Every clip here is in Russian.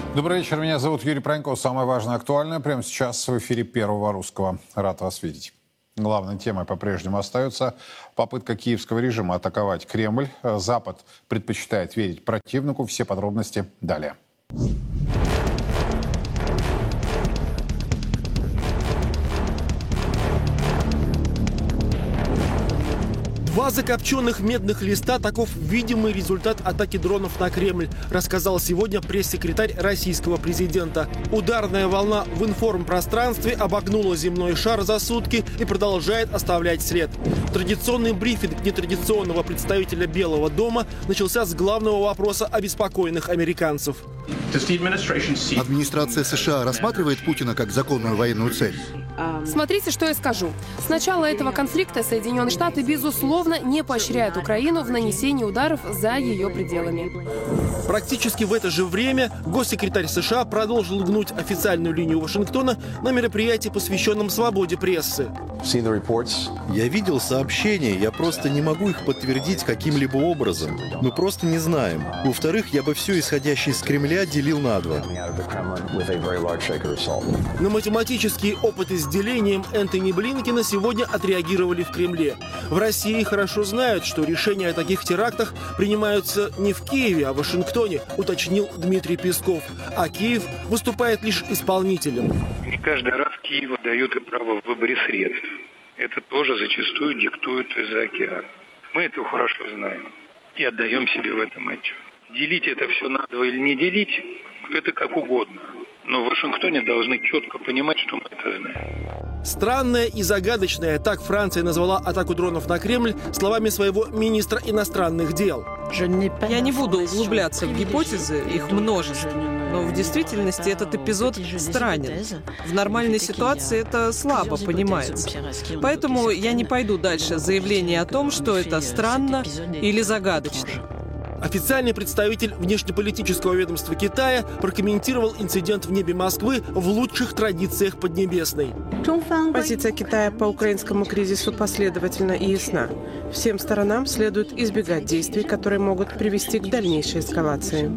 Добрый вечер, меня зовут Юрий Пронько. Самое важное, актуальное прямо сейчас в эфире Первого Русского. Рад вас видеть. Главной темой по-прежнему остается попытка киевского режима атаковать Кремль. Запад предпочитает верить противнику. Все подробности далее. Два закопченных медных листа – таков видимый результат атаки дронов на Кремль, рассказал сегодня пресс-секретарь российского президента. Ударная волна в информпространстве обогнула земной шар за сутки и продолжает оставлять след. Традиционный брифинг нетрадиционного представителя Белого дома начался с главного вопроса обеспокоенных американцев. Администрация США рассматривает Путина как законную военную цель? Смотрите, что я скажу. С начала этого конфликта Соединенные Штаты, безусловно, не поощряют Украину в нанесении ударов за ее пределами. Практически в это же время госсекретарь США продолжил гнуть официальную линию Вашингтона на мероприятии, посвященном свободе прессы. Я видел сообщения, я просто не могу их подтвердить каким-либо образом. Мы просто не знаем. Во-вторых, я бы все исходящее из Кремля делил на два. На математические опыты с делением Энтони Блинкена сегодня отреагировали в Кремле. В России хорошо знают, что решения о таких терактах принимаются не в Киеве, а в Вашингтоне, уточнил Дмитрий Песков. А Киев выступает лишь исполнителем. Не каждый раз Киеву дают и право в выборе средств. Это тоже зачастую диктует из-за океана. Мы это хорошо знаем и отдаем себе в этом отчет. Делить это все на два или не делить, это как угодно. Но в Вашингтоне должны четко понимать, что мы это знаем. Странная и загадочная, так Франция назвала атаку дронов на Кремль словами своего министра иностранных дел. Я не буду углубляться в гипотезы, их множество. Но в действительности этот эпизод странен. В нормальной ситуации это слабо понимается. Поэтому я не пойду дальше заявления о том, что это странно или загадочно. Официальный представитель внешнеполитического ведомства Китая прокомментировал инцидент в небе Москвы в лучших традициях Поднебесной. Позиция Китая по украинскому кризису последовательна и ясна. Всем сторонам следует избегать действий, которые могут привести к дальнейшей эскалации.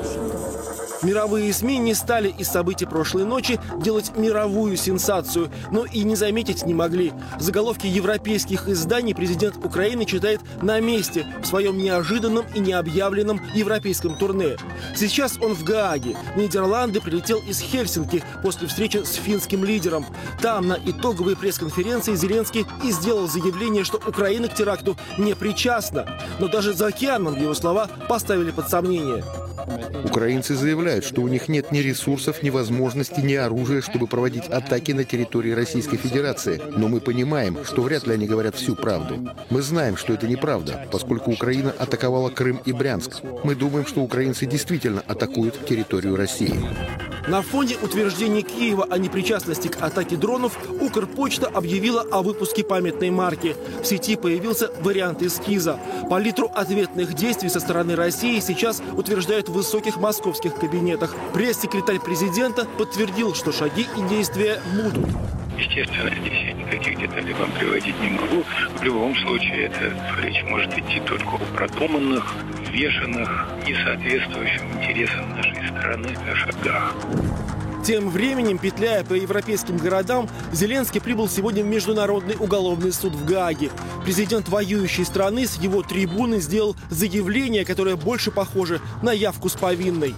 Мировые СМИ не стали из событий прошлой ночи делать мировую сенсацию, но и не заметить не могли. Заголовки европейских изданий президент Украины читает на месте в своем неожиданном и необъявленном европейском турне. Сейчас он в Гааге. В Нидерланды прилетел из Хельсинки после встречи с финским лидером. Там на итоговой пресс-конференции Зеленский и сделал заявление, что Украина к теракту не причастна. Но даже за океаном его слова поставили под сомнение. Украинцы заявляют, что у них нет ни ресурсов, ни возможностей, ни оружия, чтобы проводить атаки на территории Российской Федерации. Но мы понимаем, что вряд ли они говорят всю правду. Мы знаем, что это неправда, поскольку Украина атаковала Крым и Брянск. Мы думаем, что украинцы действительно атакуют территорию России. На фоне утверждений Киева о непричастности к атаке дронов Укрпочта объявила о выпуске памятной марки. В сети появился вариант эскиза. Палитру ответных действий со стороны России сейчас утверждают в высоких московских кабинетах. Пресс-секретарь президента подтвердил, что шаги и действия будут. Естественно, здесь я никаких деталей вам приводить не могу. В любом случае, речь может идти только о продуманных, взвешенных и соответствующих интересам нашей страны шагах. Тем временем, петляя по европейским городам, Зеленский прибыл сегодня в Международный уголовный суд в Гааге. Президент воюющей страны с его трибуны сделал заявление, которое больше похоже на явку с повинной.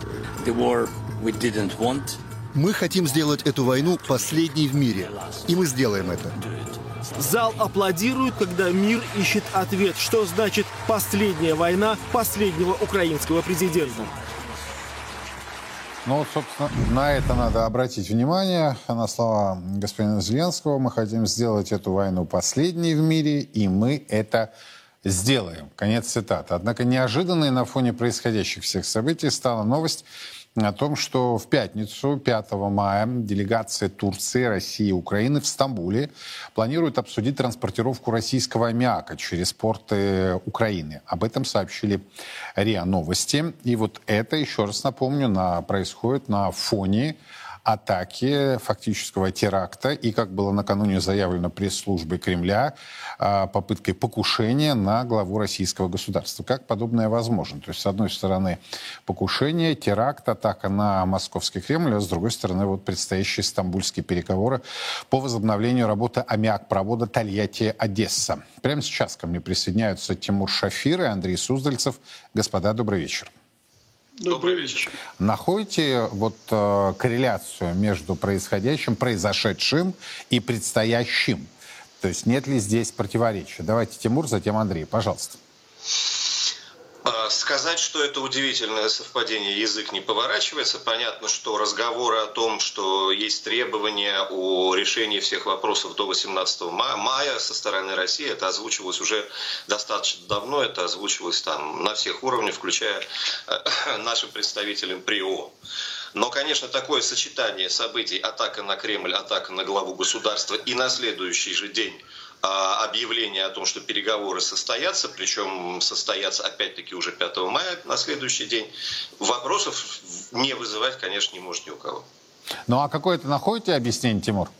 Мы хотим сделать эту войну последней в мире. И мы сделаем это. Зал аплодирует, когда мир ищет ответ. Что значит «последняя война» последнего украинского президента? Ну вот, собственно, на это надо обратить внимание, на слова господина Зеленского. Мы хотим сделать эту войну последней в мире, и мы это сделаем. Конец цитаты. Однако неожиданной на фоне происходящих всех событий стала новость о том, что в пятницу, 5 мая, делегация Турции, России и Украины в Стамбуле планирует обсудить транспортировку российского аммиака через порты Украины. Об этом сообщили РИА Новости. И вот это, еще раз напомню, происходит на фоне атаки, фактического теракта и, как было накануне заявлено пресс-службой Кремля, попыткой покушения на главу российского государства. Как подобное возможно? То есть, с одной стороны, покушение, теракт, атака на московский Кремль, а с другой стороны, вот предстоящие стамбульские переговоры по возобновлению работы аммиак-провода Тольятти-Одесса. Прямо сейчас ко мне присоединяются Тимур Шафир и Андрей Суздальцев. Господа, добрый вечер. Добрый вечер. Находите вот корреляцию между произошедшим и предстоящим? То есть нет ли здесь противоречия? Давайте Тимур, затем Андрей, пожалуйста. Сказать, что это удивительное совпадение, язык не поворачивается. Понятно, что разговоры о том, что есть требования о решении всех вопросов до 18 мая со стороны России, это озвучивалось уже достаточно давно, это озвучивалось там на всех уровнях, включая нашим представителям при ООН. Но, конечно, такое сочетание событий, атака на Кремль, атака на главу государства и на следующий же день объявление о том, что переговоры состоятся, причем состоятся опять-таки уже 5 мая на следующий день, вопросов не вызывать, конечно, не может ни у кого. Ну а какое-то находите объяснение, Тимур?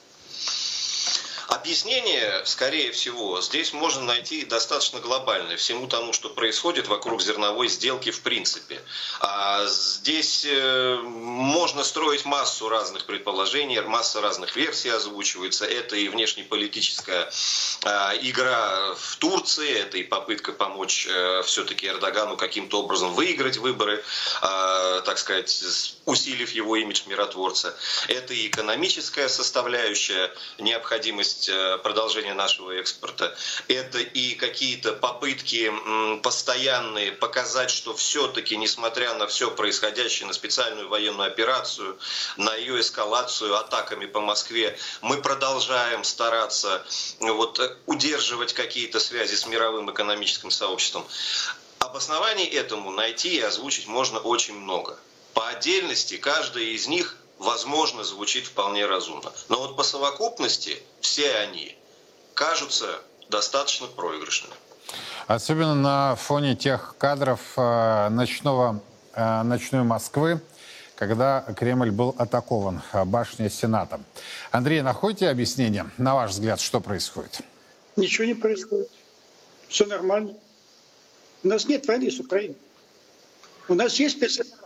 Объяснение, скорее всего, здесь можно найти достаточно глобальное всему тому, что происходит вокруг зерновой сделки в принципе. Здесь можно строить массу разных предположений, масса разных версий озвучивается. Это и внешнеполитическая игра в Турции, это и попытка помочь все-таки Эрдогану каким-то образом выиграть выборы, так сказать, усилив его имидж миротворца. Это и экономическая составляющая, необходимость продолжения нашего экспорта. Это и какие-то попытки постоянные показать, что все-таки, несмотря на все происходящее, на специальную военную операцию, на ее эскалацию атаками по Москве, мы продолжаем стараться удерживать какие-то связи с мировым экономическим сообществом. Обоснований этому найти и озвучить можно очень много. По отдельности каждая из них, возможно, звучит вполне разумно. Но вот по совокупности все они кажутся достаточно проигрышными. Особенно на фоне тех кадров ночной Москвы, когда Кремль был атакован, башня Сената. Андрей, находите объяснение? На ваш взгляд, что происходит? Ничего не происходит. Все нормально. У нас нет войны с Украиной. У нас есть спецоперация.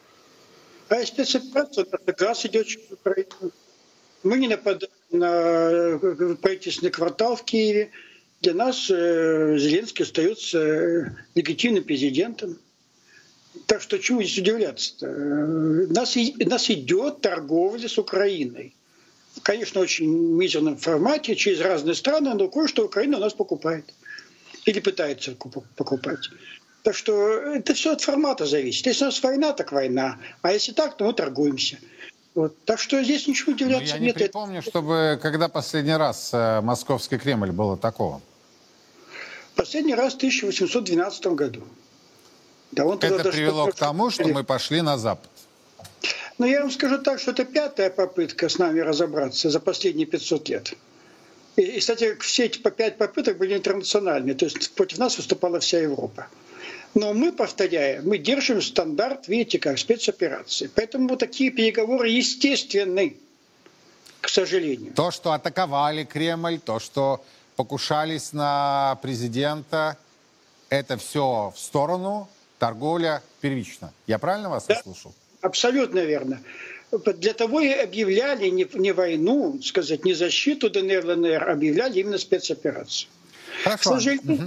А спецоперация, газ идет через Украину. Мы не нападаем на правительственный квартал в Киеве. Для нас Зеленский остается легитимным президентом. Так что чего здесь удивляться-то? У нас идет торговля с Украиной. Конечно, в очень мизерном формате, через разные страны, но кое-что Украина у нас покупает. Или пытается покупать. Так что это все от формата зависит. Если у нас война, так война. А если так, то мы торгуемся. Вот. Так что здесь ничего удивляться нет. Я не припомню, чтобы когда последний раз московский Кремль был атакован. Последний раз в 1812 году. Да, это привело к тому, что мы пошли на Запад. Но я вам скажу так, что это 5-я попытка с нами разобраться за последние 500 лет. И, кстати, все эти 5 попыток были интернациональные. То есть против нас выступала вся Европа. Но мы, повторяем, мы держим стандарт, видите, как спецоперации. Поэтому вот такие переговоры естественны, к сожалению. То, что атаковали Кремль, то, что покушались на президента, это все в сторону, торговля первична. Я правильно вас услышал? Абсолютно верно. Для того и объявляли не войну, сказать, не защиту ДНР, ЛНР, объявляли именно спецоперацию. Хорошо. К сожалению,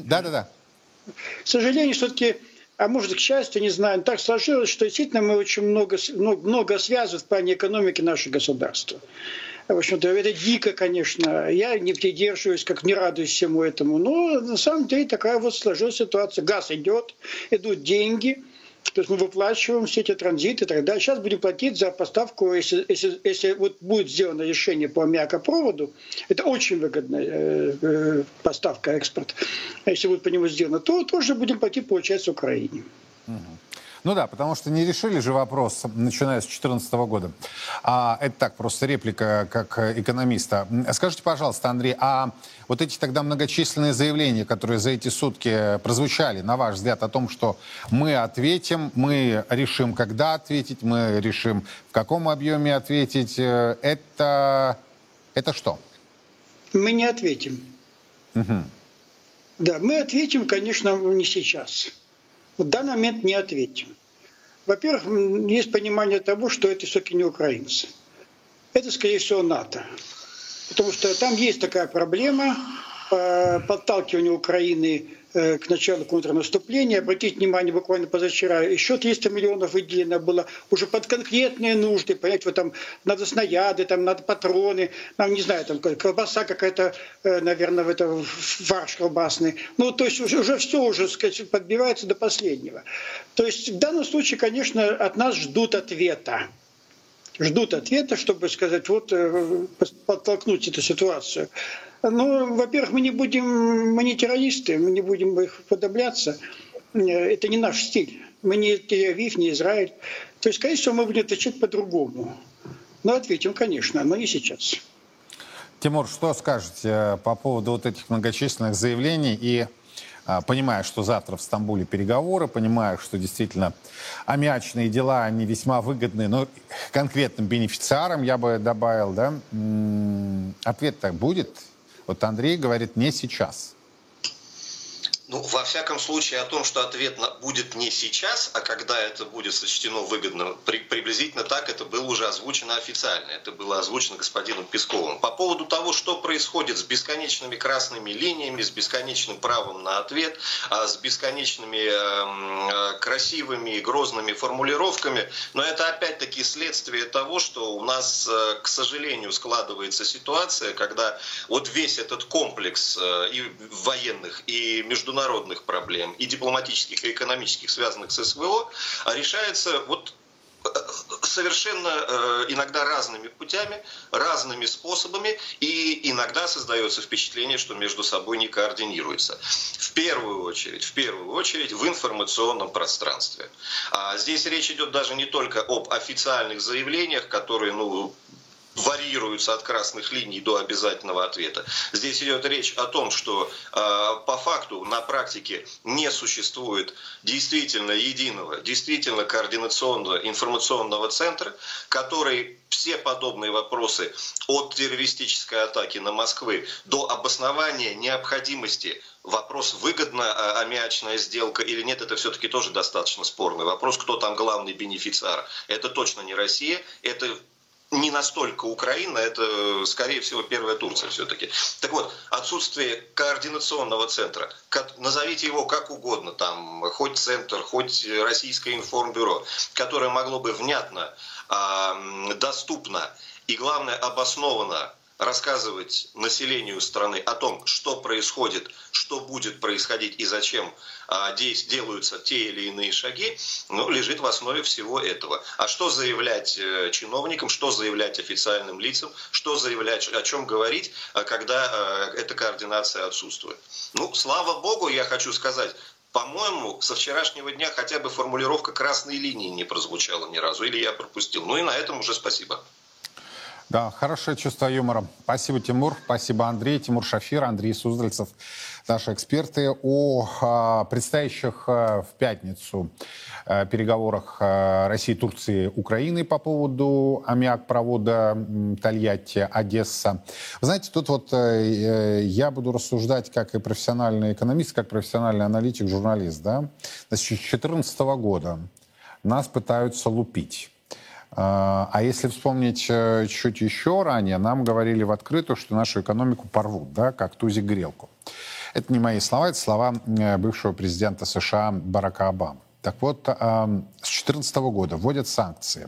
к сожалению, все-таки, а может, к счастью, не знаю, так сложилось, что действительно мы очень много связываем в плане экономики наше государство. В общем-то, это дико, конечно. Я не придерживаюсь, как не радуюсь всему этому. Но на самом деле такая вот сложилась ситуация. Газ идет, идут деньги. То есть мы выплачиваем все эти транзиты и так далее. Сейчас будем платить за поставку, если вот будет сделано решение по аммиакопроводу, это очень выгодная поставка, экспорт. А если будет по нему сделано, то тоже будем платить, получается, Украине. Ну да, потому что не решили же вопрос, начиная с 2014 года. Это так, просто реплика как экономиста. Скажите, пожалуйста, Андрей, а вот эти тогда многочисленные заявления, которые за эти сутки прозвучали, на ваш взгляд, о том, что мы ответим, мы решим, когда ответить, мы решим, в каком объеме ответить, это что? Мы не ответим. Угу. Да, мы ответим, конечно, не сейчас. В данный момент не ответим. Во-первых, есть понимание того, что это все-таки не украинцы. Это, скорее всего, НАТО. Потому что там есть такая проблема подталкивания Украины к началу контрнаступления. Обратите внимание, буквально позавчера еще 300 миллионов выделено было уже под конкретные нужды. Понять, вот там надо снаряды, там надо патроны, там, не знаю, там колбаса какая-то, наверное, фарш колбасный. Ну, то есть уже все уже, сказать, подбивается до последнего. То есть в данном случае, конечно, от нас ждут ответа. Ждут ответа, чтобы сказать, вот подтолкнуть эту ситуацию. Ну, во-первых, мы не террористы, мы не будем их подобляться. Это не наш стиль. Мы не Тель-Авив, не Израиль. То есть, скорее всего, мы будем отвечать по-другому. Но ответим, конечно, но не сейчас. Тимур, что скажете по поводу вот этих многочисленных заявлений и понимая, что завтра в Стамбуле переговоры, понимая, что действительно аммиачные дела, они весьма выгодны, но конкретным бенефициарам, я бы добавил, да, ответ-то будет? Вот Андрей говорит, не сейчас. Ну, во всяком случае, о том, что ответ будет не сейчас, а когда это будет сочтено выгодно, приблизительно так это было уже озвучено официально. Это было озвучено господином Песковым. По поводу того, что происходит с бесконечными красными линиями, с бесконечным правом на ответ, с бесконечными красивыми и грозными формулировками, но это опять-таки следствие того, что у нас, к сожалению, складывается ситуация, когда вот весь этот комплекс и военных, и международных проблем, и дипломатических, и экономических, связанных с СВО, решается вот совершенно иногда разными путями, разными способами, и иногда создается впечатление, что между собой не координируется. В первую очередь в информационном пространстве. Здесь речь идет даже не только об официальных заявлениях, которые, варьируются от красных линий до обязательного ответа. Здесь идет речь о том, что по факту на практике не существует действительно единого, действительно координационного информационного центра, который все подобные вопросы от террористической атаки на Москву до обоснования необходимости. Вопрос, выгодна аммиачная сделка или нет, это все-таки тоже достаточно спорный вопрос. Кто там главный бенефициар? Это точно не Россия, это не настолько Украина, это, скорее всего, первая Турция все-таки. Так вот, отсутствие координационного центра, назовите его как угодно, там, хоть центр, хоть Российское информбюро, которое могло бы внятно, доступно и, главное, обоснованно рассказывать населению страны о том, что происходит, что будет происходить и зачем делаются те или иные шаги, лежит в основе всего этого. А что заявлять чиновникам, что заявлять официальным лицам, что заявлять, о чем говорить, когда эта координация отсутствует? Слава богу, я хочу сказать, по-моему, со вчерашнего дня хотя бы формулировка красной линии не прозвучала ни разу, или я пропустил. И на этом уже спасибо. Да, хорошее чувство юмора. Спасибо, Тимур. Спасибо, Андрей. Тимур Шафир, Андрей Суздальцев, наши эксперты о предстоящих в пятницу переговорах России, Турции, Украины по поводу аммиак-провода Тольятти-Одесса. Вы знаете, тут вот я буду рассуждать как и профессиональный экономист, как профессиональный аналитик, журналист. Да? С 2014 года нас пытаются лупить. А если вспомнить чуть еще ранее, нам говорили в открытую, что нашу экономику порвут, да, как тузик грелку. Это не мои слова, это слова бывшего президента США Барака Обамы. Так вот, с 2014 года вводят санкции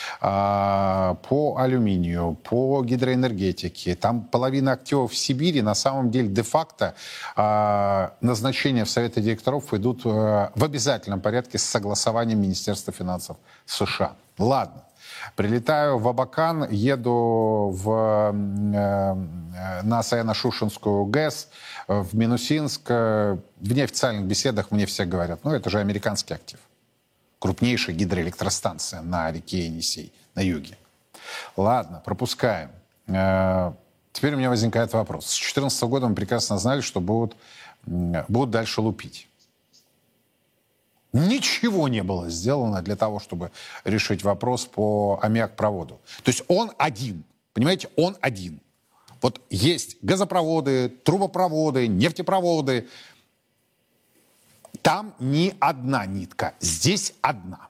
по алюминию, по гидроэнергетике. Там половина активов в Сибири, на самом деле, де-факто назначения в Советы директоров идут в обязательном порядке с согласованием Министерства финансов США. Ладно. Прилетаю в Абакан, еду на Саяно-Шушенскую ГЭС, в Минусинск. В неофициальных беседах мне все говорят, это же американский актив. Крупнейшая гидроэлектростанция на реке Енисей, на юге. Ладно, пропускаем. Теперь у меня возникает вопрос. С 2014 года мы прекрасно знали, что будут дальше лупить. Ничего не было сделано для того, чтобы решить вопрос по аммиак-проводу. То есть он один. Понимаете, он один. Вот есть газопроводы, трубопроводы, нефтепроводы. Там не одна нитка, здесь одна.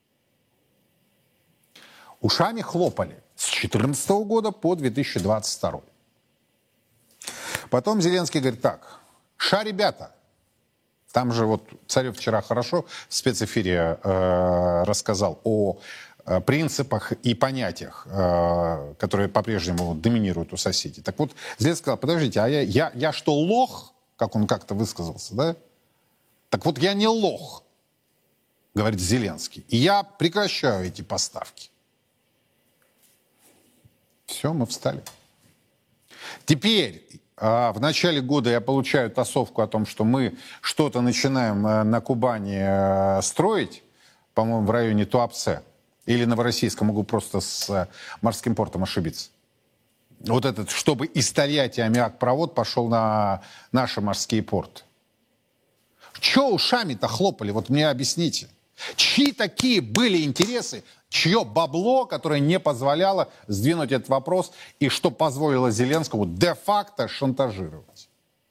Ушами хлопали с 2014 года по 2022. Потом Зеленский говорит, так, ребята, там же вот Царев вчера хорошо в спецэфире рассказал о принципах и понятиях, которые по-прежнему доминируют у соседей. Так вот, Зеленский сказал, подождите, а я что, лох, как он как-то высказался, да? Так вот, я не лох, говорит Зеленский, и я прекращаю эти поставки. Все, мы встали. Теперь, в начале года я получаю тасовку о том, что мы что-то начинаем на Кубани строить, по-моему, в районе Туапсе или Новороссийска, могу просто с морским портом ошибиться. Вот этот, чтобы из Тольятти аммиак-провод пошел на наши морские порты. Чего ушами-то хлопали? Вот мне объясните. Чьи такие были интересы, чье бабло, которое не позволяло сдвинуть этот вопрос и что позволило Зеленскому де-факто шантажировать?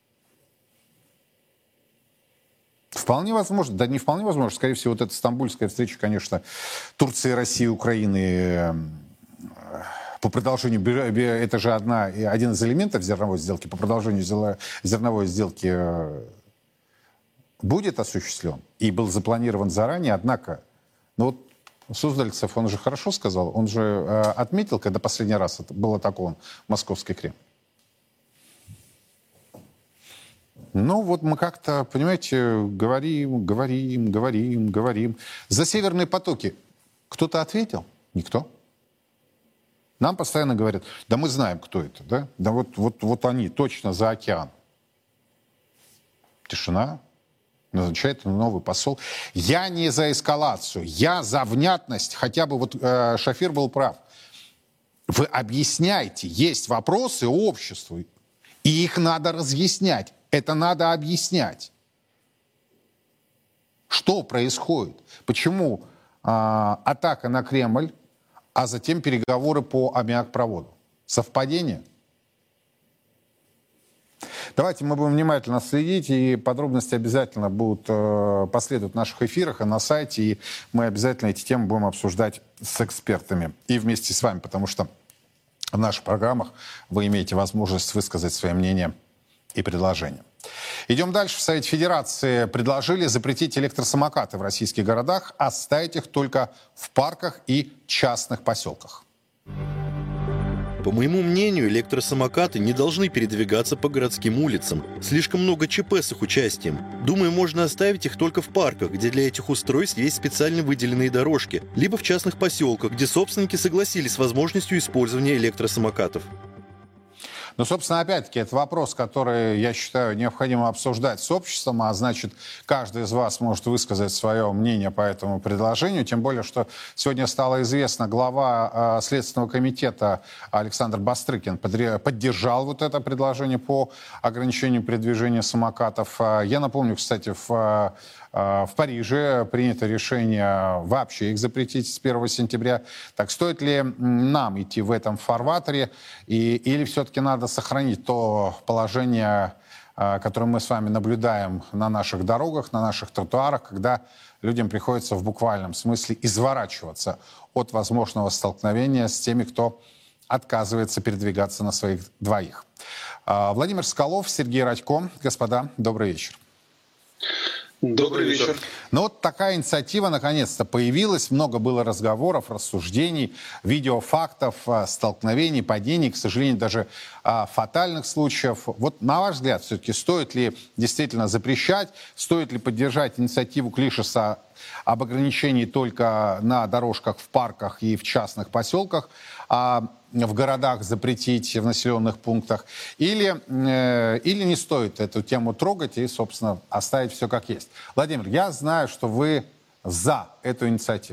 Вполне возможно, да не вполне возможно, скорее всего, вот эта стамбульская встреча, конечно, Турции, России, Украины по продолжению, это же один из элементов зерновой сделки, по продолжению зерновой сделки будет осуществлен и был запланирован заранее, однако, ну вот Суздальцев, он же хорошо сказал, он же отметил, когда последний раз это был атакован Московский Кремль. Ну вот мы как-то, понимаете, говорим. За северные потоки кто-то ответил? Никто. Нам постоянно говорят, да мы знаем, кто это, да? Да вот они, точно за океан. Тишина. Назначает новый посол. Я не за эскалацию, я за внятность. Хотя бы вот Шафир был прав. Вы объясняйте, есть вопросы обществу, и их надо разъяснять. Это надо объяснять. Что происходит? Почему атака на Кремль, а затем переговоры по аммиак-проводу? Совпадение? Давайте мы будем внимательно следить, и подробности обязательно будут последовать в наших эфирах и на сайте, и мы обязательно эти темы будем обсуждать с экспертами и вместе с вами, потому что в наших программах вы имеете возможность высказать свое мнение и предложения. Идем дальше. В Совете Федерации предложили запретить электросамокаты в российских городах, оставить их только в парках и частных поселках. По моему мнению, электросамокаты не должны передвигаться по городским улицам. Слишком много ЧП с их участием. Думаю, можно оставить их только в парках, где для этих устройств есть специально выделенные дорожки, либо в частных поселках, где собственники согласились с возможностью использования электросамокатов. Ну, собственно, опять-таки, это вопрос, который, я считаю, необходимо обсуждать с обществом, а значит, каждый из вас может высказать свое мнение по этому предложению, тем более, что сегодня стало известно, глава Следственного комитета Александр Бастрыкин поддержал вот это предложение по ограничению передвижения самокатов. Я напомню, кстати, в Париже принято решение вообще их запретить с 1 сентября. Так стоит ли нам идти в этом фарватере, или все-таки надо сохранить то положение, которое мы с вами наблюдаем на наших дорогах, на наших тротуарах, когда людям приходится в буквальном смысле изворачиваться от возможного столкновения с теми, кто отказывается передвигаться на своих двоих. Владимир Соколов, Сергей Радько. Господа, добрый вечер. Добрый вечер. Ну вот такая инициатива наконец-то появилась. Много было разговоров, рассуждений, видеофактов, столкновений, падений, к сожалению, даже фатальных случаев. Вот на ваш взгляд, все-таки стоит ли действительно запрещать, стоит ли поддержать инициативу Клишеса об ограничении только на дорожках, в парках и в частных поселках, а в городах запретить, в населенных пунктах, или не стоит эту тему трогать и, собственно, оставить все как есть? Владимир, я знаю, что вы за эту инициативу?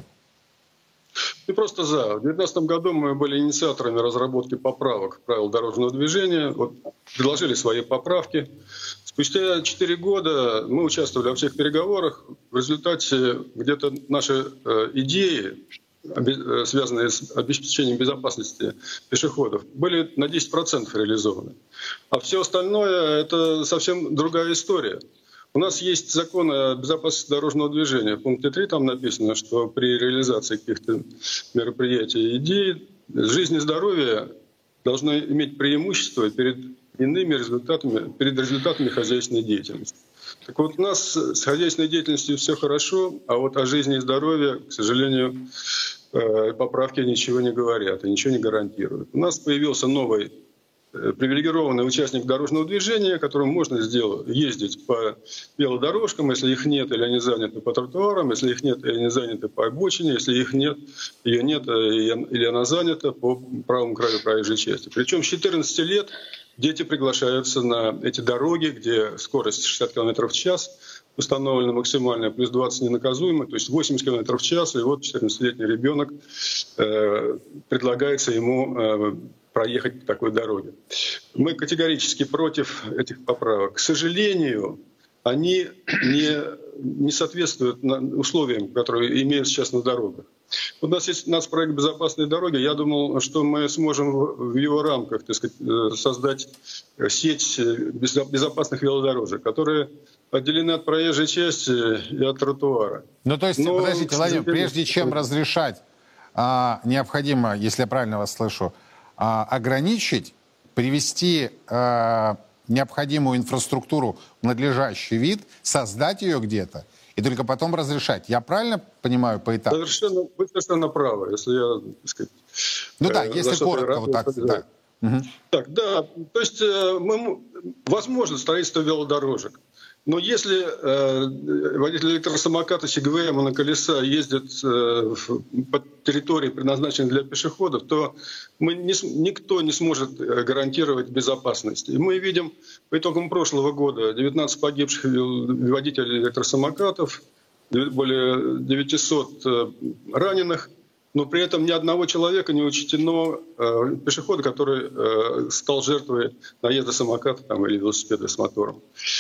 Не просто за. В 2019 году мы были инициаторами разработки поправок в правила дорожного движения. Вот, предложили свои поправки. Спустя 4 года мы участвовали во всех переговорах. В результате где-то наши идеи, связанные с обеспечением безопасности пешеходов, были на 10% реализованы. А все остальное – это совсем другая история. У нас есть закон о безопасности дорожного движения. В пункте 3 там написано, что при реализации каких-то мероприятий и идей жизнь и здоровье должны иметь преимущество перед иными результатами, перед результатами хозяйственной деятельности. Так вот, у нас с хозяйственной деятельностью все хорошо, а вот о жизни и здоровье, к сожалению, поправки ничего не говорят и ничего не гарантируют. У нас появился новый привилегированный участник дорожного движения, которому можно ездить по велодорожкам, если их нет или они заняты по тротуарам, если их нет или они заняты по обочине, если их нет, ее нет или она занята по правому краю проезжей части. Причем с 14 лет дети приглашаются на эти дороги, где скорость 60 км в час установлена максимальная, плюс 20 ненаказуемая, то есть 80 км в час, и вот 14-летний ребенок предлагается ему проехать по такой дороге. Мы категорически против этих поправок. К сожалению, они не соответствуют условиям, которые имеют сейчас на дорогах. У нас есть нацпроект «Безопасные дороги». Я думал, что мы сможем в его рамках, так сказать, создать сеть безопасных велодорожек, которые отделены от проезжей части и от тротуара. Ну, то есть, подождите, Владимир, прежде чем разрешать, необходимо, если я правильно вас слышу, ограничить, привести необходимую инфраструктуру в надлежащий вид, создать ее где-то, и только потом разрешать. Я правильно понимаю по этапу? Вы совершенно правы, если я, так сказать... Ну да, если коротко вот так. Да. Угу. Так, да, то есть возможно строительство велодорожек. Но если водитель электросамоката Сигвейма на колеса ездит по территории, предназначенной для пешеходов, то никто не сможет гарантировать безопасность. И мы видим по итогам прошлого года 19 погибших водителей электросамокатов, более 900 раненых, но при этом ни одного человека не учтено пешехода, который стал жертвой наезда самоката или велосипеда с мотором.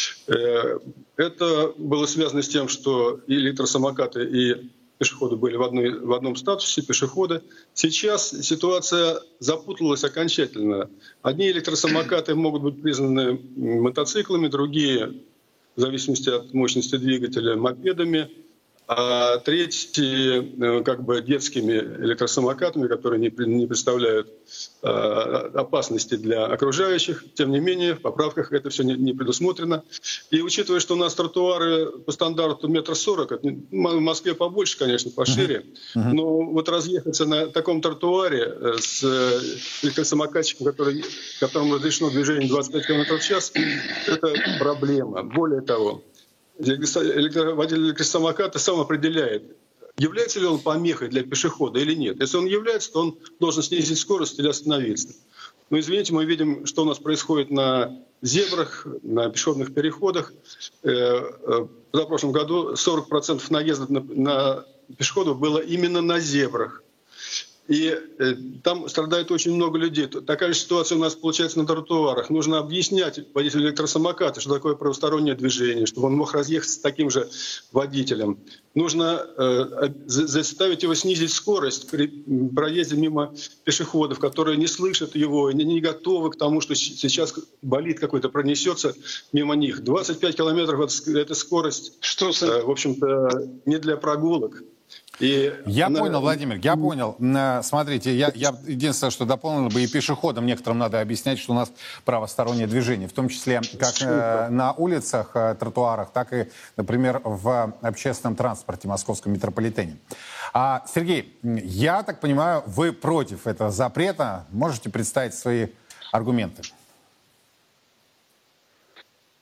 Это было связано с тем, что и электросамокаты, и пешеходы были в одном статусе, пешеходы. Сейчас ситуация запуталась окончательно. Одни электросамокаты могут быть признаны мотоциклами, другие, в зависимости от мощности двигателя, мопедами, а третьи детскими электросамокатами, которые не представляют опасности для окружающих. Тем не менее, в поправках это все не предусмотрено. И учитывая, что у нас тротуары по стандарту 1,40 м, в Москве побольше, конечно, пошире, но вот разъехаться на таком тротуаре с электросамокатчиком, которому разрешено движение 25 км в час, это проблема. Более того, водитель электросамоката сам определяет, является ли он помехой для пешехода или нет. Если он является, то он должен снизить скорость или остановиться. Но, извините, мы видим, что у нас происходит на зебрах, на пешеходных переходах. В прошлом году 40% наездов на пешеходов было именно на зебрах. И там страдает очень много людей. Такая же ситуация у нас получается на тротуарах. Нужно объяснять водителю электросамоката, что такое правостороннее движение, чтобы он мог разъехаться с таким же водителем. Нужно заставить его снизить скорость при проезде мимо пешеходов, которые не слышат его, не готовы к тому, что сейчас болид какой-то пронесется мимо них. 25 километров – это скорость, в общем-то, не для прогулок. Понял, Владимир, я понял. Смотрите, я единственное, что дополнил бы, и пешеходам некоторым надо объяснять, что у нас правостороннее движение, в том числе как на улицах, тротуарах, так и, например, в общественном транспорте, московском метрополитене. Сергей, я так понимаю, вы против этого запрета. Можете представить свои аргументы?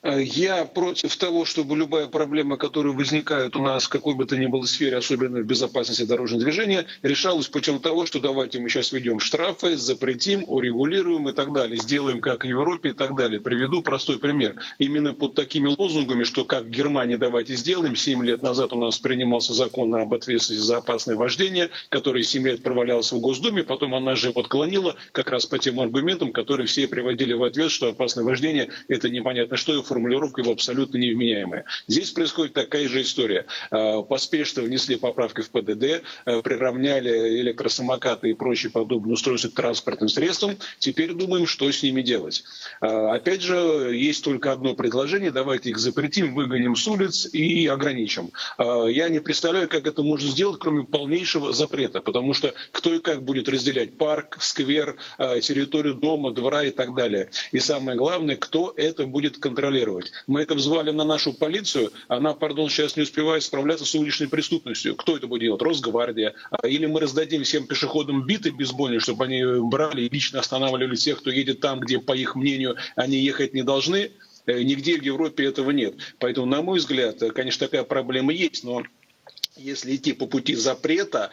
Я против того, чтобы любая проблема, которая возникает у нас в какой бы то ни было сфере, особенно в безопасности дорожного движения, решалась путем того, что давайте мы сейчас введем штрафы, запретим, урегулируем и так далее, сделаем как в Европе и так далее. Приведу простой пример. Именно под такими лозунгами, что как в Германии давайте сделаем, 7 лет назад у нас принимался закон об ответственности за опасное вождение, который 7 лет провалялся в Госдуме, потом она же отклонила как раз по тем аргументам, которые все приводили в ответ, что опасное вождение – это непонятно что, и формулировка его абсолютно невменяемая. Здесь происходит такая же история. Поспешно внесли поправки в ПДД, приравняли электросамокаты и прочие подобные устройства к транспортным средствам. Теперь думаем, что с ними делать. Опять же, есть только одно предложение. Давайте их запретим, выгоним с улиц и ограничим. Я не представляю, как это можно сделать, кроме полнейшего запрета. Потому что кто и как будет разделять парк, сквер, территорию дома, двора и так далее. И самое главное, кто это будет контролировать. Мы это взвалим на нашу полицию, она, сейчас не успевает справляться с уличной преступностью. Кто это будет делать? Росгвардия. Или мы раздадим всем пешеходам биты бейсбольные, чтобы они брали и лично останавливали тех, кто едет там, где, по их мнению, они ехать не должны. Нигде в Европе этого нет. Поэтому, на мой взгляд, конечно, такая проблема есть, но если идти по пути запрета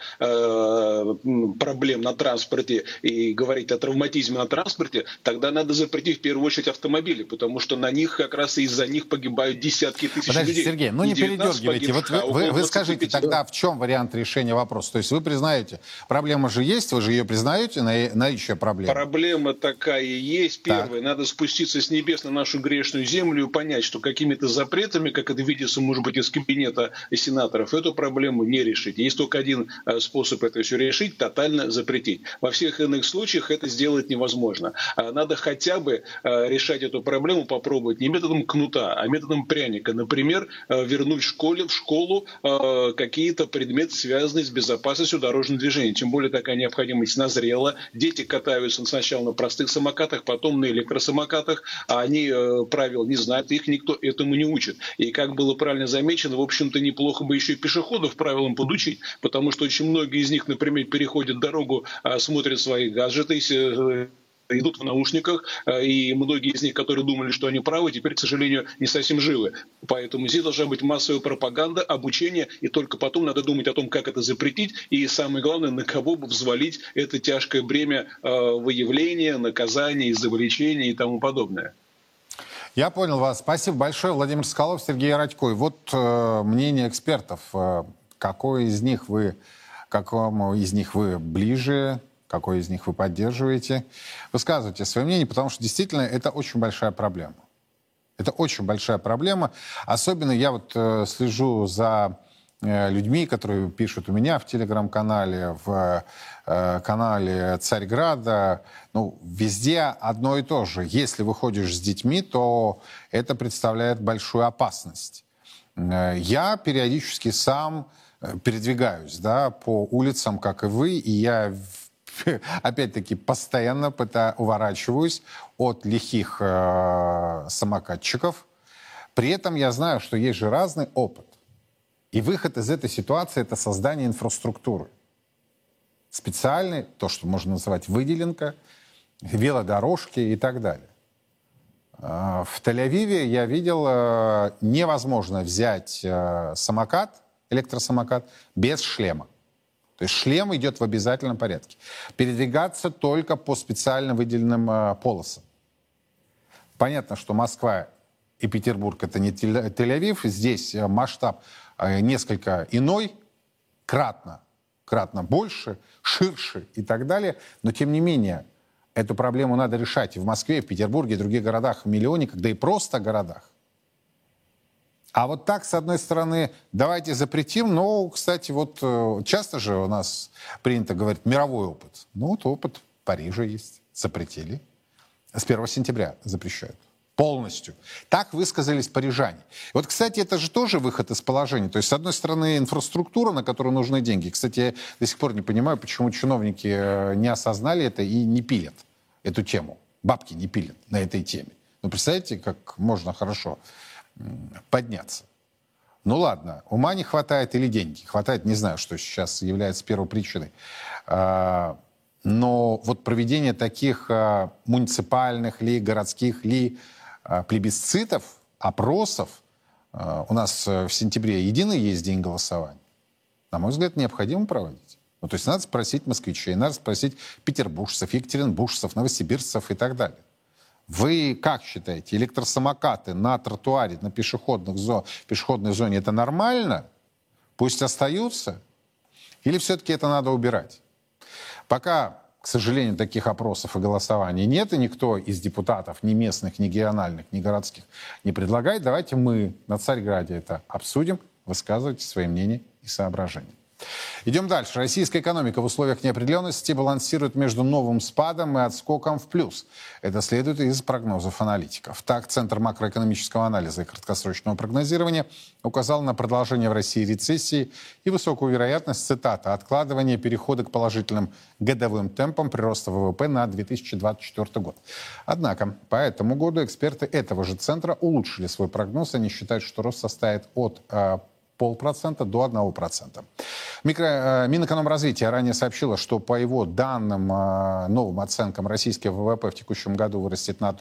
проблем на транспорте и говорить о травматизме на транспорте, тогда надо запретить в первую очередь автомобили, потому что на них как раз и из-за них погибают десятки тысяч людей. Сергей, не передергивайте. Вот вы скажите тогда, в чем вариант решения вопроса? То есть вы признаете, проблема же есть, вы же ее признаете, наличие проблемы? Проблема такая есть. Первое, надо спуститься с небес на нашу грешную землю и понять, что какими-то запретами, как это видится, может быть, из кабинета сенаторов, эту проблему не решить. Есть только один способ это все решить – тотально запретить. Во всех иных случаях это сделать невозможно. Надо хотя бы решать эту проблему, попробовать не методом кнута, а методом пряника. Например, вернуть в школу какие-то предметы, связанные с безопасностью дорожного движения. Тем более такая необходимость назрела. Дети катаются сначала на простых самокатах, потом на электросамокатах, а они правил не знают, их никто этому не учит. И как было правильно замечено, в общем-то, неплохо бы еще и пешеходов правилам подучить, потому что очень многие из них, например, переходят дорогу, смотрят свои гаджеты, идут в наушниках, и многие из них, которые думали, что они правы, теперь, к сожалению, не совсем живы. Поэтому здесь должна быть массовая пропаганда, обучение, и только потом надо думать о том, как это запретить, и самое главное, на кого бы взвалить это тяжкое бремя выявления, наказания, изобличения и тому подобное. Я понял вас. Спасибо большое. Владимир Соколов, Сергей Радько. Вот мнение экспертов. Какому из них вы ближе, какой из них вы поддерживаете? Высказывайте свое мнение, потому что действительно это очень большая проблема. Это очень большая проблема. Особенно я слежу за людьми, которые пишут у меня в телеграм-канале, в канале Царьграда. Везде одно и то же. Если выходишь с детьми, то это представляет большую опасность. Я периодически сам передвигаюсь по улицам, как и вы, и я опять-таки постоянно уворачиваюсь от лихих самокатчиков. При этом я знаю, что есть же разный опыт. И выход из этой ситуации – это создание инфраструктуры. Специальной, то, что можно называть выделенка, велодорожки и так далее. В Тель-Авиве я видел, невозможно взять электросамокат без шлема. То есть шлем идет в обязательном порядке. Передвигаться только по специально выделенным полосам. Понятно, что Москва и Петербург – это не Тель-Авив. Здесь масштаб несколько иной, кратно больше, ширше и так далее. Но, тем не менее, эту проблему надо решать и в Москве, и в Петербурге, и в других городах-миллионниках, да и просто городах. А вот так, с одной стороны, давайте запретим, но, кстати, часто же у нас принято говорить мировой опыт. Опыт в Париже есть, запретили. С 1 сентября запрещают. Полностью. Так высказались парижане. Кстати, это же тоже выход из положения. То есть, с одной стороны, инфраструктура, на которую нужны деньги. Кстати, я до сих пор не понимаю, почему чиновники не осознали это и не пилят эту тему. Бабки не пилят на этой теме. Представляете, как можно хорошо подняться. Ладно, ума не хватает или деньги хватает, не знаю, что сейчас является первой причиной. Но проведение таких муниципальных городских плебисцитов опросов, у нас в сентябре единый есть день голосования, на мой взгляд, необходимо проводить. Ну, то есть надо спросить москвичей, надо спросить петербуржцев, екатеринбуржцев, новосибирцев и так далее. Вы как считаете, электросамокаты на тротуаре, на пешеходной зоне это нормально? Пусть остаются? Или все-таки это надо убирать? Пока, к сожалению, таких опросов и голосований нет, и никто из депутатов, ни местных, ни региональных, ни городских, не предлагает, давайте мы на Царьграде это обсудим, высказывайте свои мнения и соображения. Идем дальше. Российская экономика в условиях неопределенности балансирует между новым спадом и отскоком в плюс. Это следует из прогнозов аналитиков. Так, Центр макроэкономического анализа и краткосрочного прогнозирования указал на продолжение в России рецессии и высокую вероятность, цитата, откладывания перехода к положительным годовым темпам прироста ВВП на 2024 год. Однако, по этому году эксперты этого же центра улучшили свой прогноз. Они считают, что рост составит от 0,5% до 1%. Минэкономразвития ранее сообщило, что по его данным, новым оценкам, российский ВВП в текущем году вырастет на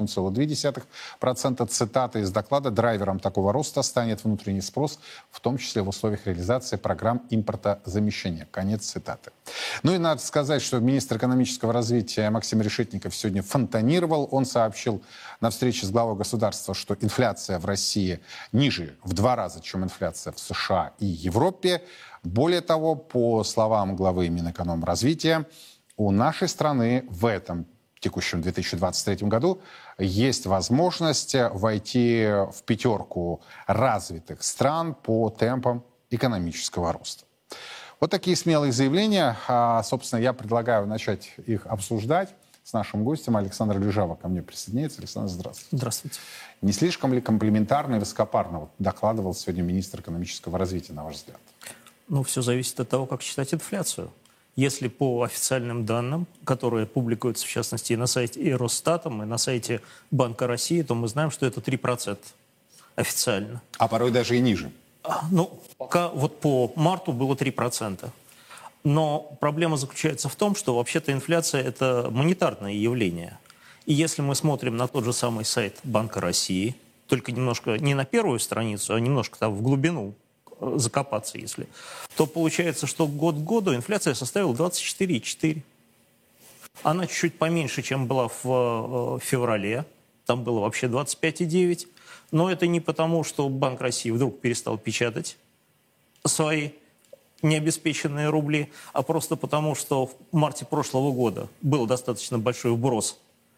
1,2%. Цитата из доклада: драйвером такого роста станет внутренний спрос, в том числе в условиях реализации программ импортозамещения. Конец цитаты. Ну и надо сказать, что министр экономического развития Максим Решетников сегодня фонтанировал. Он сообщил на встрече с главой государства, что инфляция в России ниже в 2 раза, чем инфляция в США и Европе. Более того, по словам главы Минэкономразвития, у нашей страны в этом текущем 2023 году есть возможность войти в 5 развитых стран по темпам экономического роста. Вот такие смелые заявления. Собственно, я предлагаю начать их обсуждать с нашим гостем. Александр Лежава ко мне присоединяется. Александр, здравствуйте. Здравствуйте. Не слишком ли комплиментарно и высокопарно докладывал сегодня министр экономического развития, на ваш взгляд? Ну, все зависит от того, как считать инфляцию. Если по официальным данным, которые публикуются, в частности, и на сайте и Росстатом, и на сайте Банка России, то мы знаем, что это 3% официально. А порой даже и ниже. Ну, пока вот по марту было 3%. Но проблема заключается в том, что вообще-то инфляция – это монетарное явление. И если мы смотрим на тот же самый сайт Банка России, только немножко не на первую страницу, а немножко там в глубину закопаться, если, то получается, что год к году инфляция составила 24,4. Она чуть-чуть поменьше, чем была в феврале. Там было вообще 25,9. Но это не потому, что Банк России вдруг перестал печатать свои необеспеченные рубли, а просто потому, что в марте прошлого года был достаточно большой вброс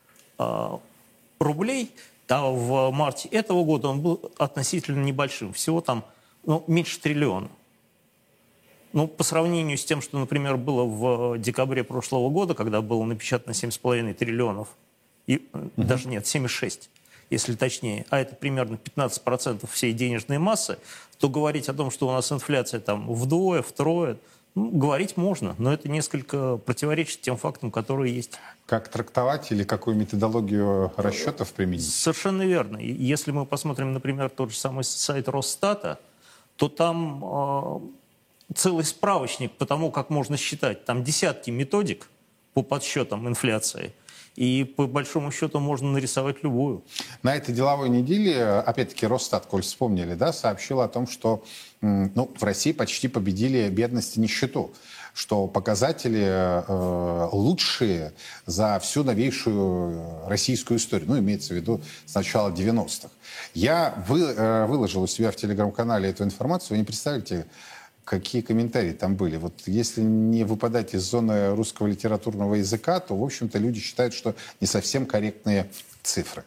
рублей, а в марте этого года он был относительно небольшим. Всего там меньше триллиона. Ну, по сравнению с тем, что, например, было в декабре прошлого года, когда было напечатано 7,5 триллионов, и даже нет, 7,6, если точнее, а это примерно 15% всей денежной массы, то говорить о том, что у нас инфляция там вдвое, втрое, говорить можно, но это несколько противоречит тем фактам, которые есть. Как трактовать или какую методологию расчетов применить? Совершенно верно. И если мы посмотрим, например, тот же самый сайт Росстата, то там целый справочник по тому, как можно считать. Там десятки методик по подсчетам инфляции. И по большому счету можно нарисовать любую. На этой деловой неделе, опять-таки, Росстат, коль вспомнили, да, сообщил о том, что в России почти победили бедность и нищету, что показатели лучшие за всю новейшую российскую историю. Ну, имеется в виду с начала 90-х. Я выложил у себя в телеграм-канале эту информацию. Вы не представляете, какие комментарии там были. Вот если не выпадать из зоны русского литературного языка, то, в общем-то, люди считают, что не совсем корректные цифры.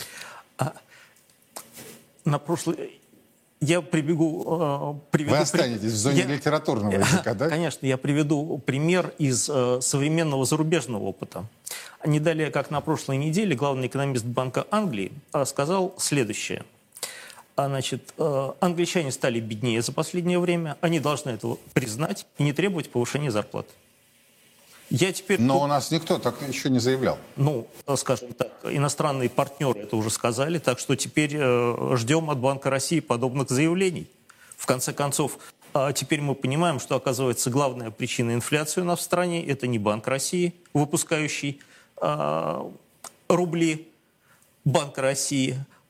На прошлый... Я приведу... Вы останетесь в зоне литературного языка, да? Конечно, я приведу пример из современного зарубежного опыта. Не далее, как на прошлой неделе, главный экономист Банка Англии сказал следующее. Значит, англичане стали беднее за последнее время, они должны это признать и не требовать повышения зарплат. Но у нас никто так еще не заявлял. Ну, скажем так, иностранные партнеры это уже сказали, так что теперь ждем от Банка России подобных заявлений. В конце концов, теперь мы понимаем, что, оказывается, главная причина инфляции у нас в стране – это не Банк России, выпускающий рубли Банка России,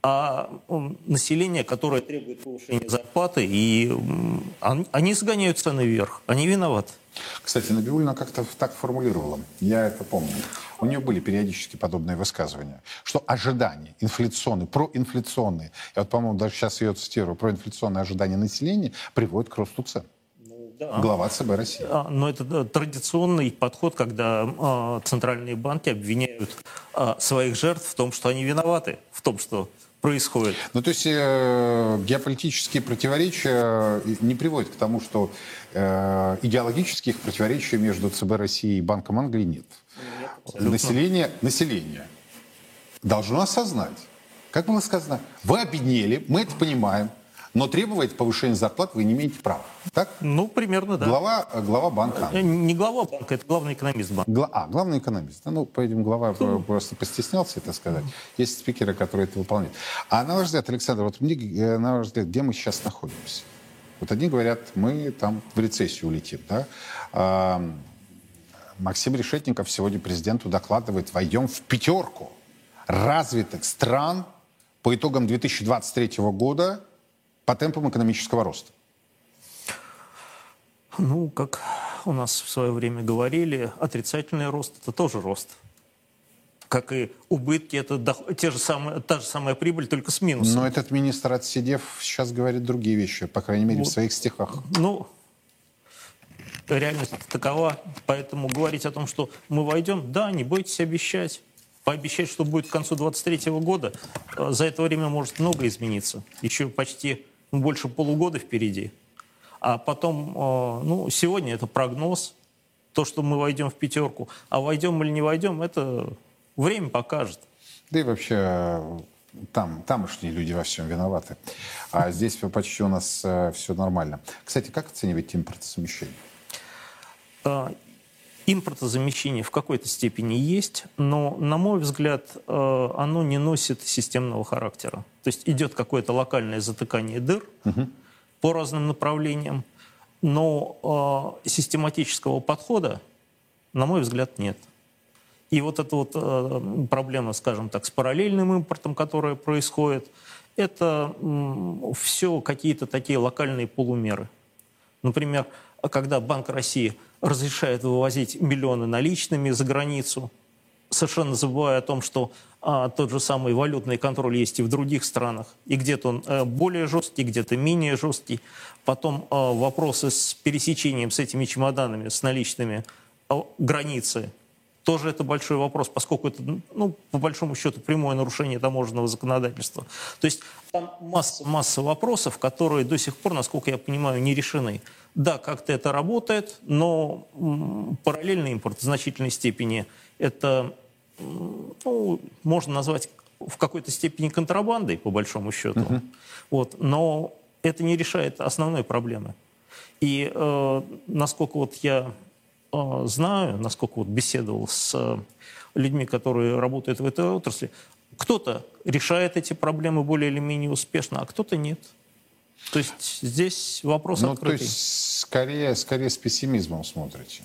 а население, которое требует повышения зарплаты, и они загоняют цены вверх, они виноваты. Кстати, Набиуллина как-то так формулировала, я это помню. У нее были периодически подобные высказывания, что ожидания инфляционные, проинфляционные, я вот, по-моему, даже сейчас ее цитирую, проинфляционные ожидания населения приводят к росту цен. Да. Глава ЦБ России. Но это традиционный подход, когда центральные банки обвиняют своих жертв в том, что они виноваты, в том, что происходит. Ну, то есть геополитические противоречия не приводят к тому, что идеологических противоречий между ЦБ России и Банком Англии нет. Население должно осознать, как было сказано, вы обеднели, мы это понимаем, но требовать повышения зарплат вы не имеете права. Так? Ну, примерно, да. Глава банка. Не глава банка, это главный экономист банка. Главный экономист. Ну, по-видимому, глава просто постеснялся это сказать. Есть спикеры, которые это выполняют. А на ваш взгляд, Александр, вот на ваш взгляд, где мы сейчас находимся? Вот одни говорят, мы там в рецессию улетим, да? Максим Решетников сегодня президенту докладывает, войдем в 5 развитых стран по итогам 2023 года по темпам экономического роста. Ну, как у нас в свое время говорили, отрицательный рост – это тоже рост. Как и убытки – это та же самая прибыль, только с минусом. Но этот министр, отсидев, сейчас говорит другие вещи, по крайней мере, в своих стихах. Ну, реальность такова, поэтому говорить о том, что мы войдем, да, не бойтесь обещать. Пообещать, что будет к концу 2023 года, за это время может много измениться. Еще почти больше полугода впереди. А потом, ну, сегодня это прогноз, то, что мы войдем в 5. А войдем или не войдем, это время покажет. Да и вообще тамошние люди во всем виноваты. А здесь почти у нас все нормально. Кстати, как оценивать импортозамещение? Импортозамещение в какой-то степени есть, но, на мой взгляд, оно не носит системного характера. То есть идет какое-то локальное затыкание дыр по разным направлениям, но систематического подхода, на мой взгляд, нет. И вот эта вот проблема, скажем так, с параллельным импортом, которая происходит, это все какие-то такие локальные полумеры. Например, когда Банк России разрешает вывозить миллионы наличными за границу, совершенно забывая о том, что тот же самый валютный контроль есть и в других странах, и где-то он более жесткий, где-то менее жесткий. Потом вопросы с пересечением с этими чемоданами, с наличными границы, тоже это большой вопрос, поскольку это, ну, по большому счету, прямое нарушение таможенного законодательства. То есть там масса вопросов, которые до сих пор, насколько я понимаю, не решены. Да, как-то это работает, но параллельный импорт в значительной степени это, ну, можно назвать в какой-то степени контрабандой, по большому счету. Вот, но это не решает основной проблемы. И насколько вот я знаю, насколько вот беседовал с людьми, которые работают в этой отрасли, кто-то решает эти проблемы более или менее успешно, а кто-то нет. То есть здесь вопрос открытый. То есть скорее с пессимизмом смотрите?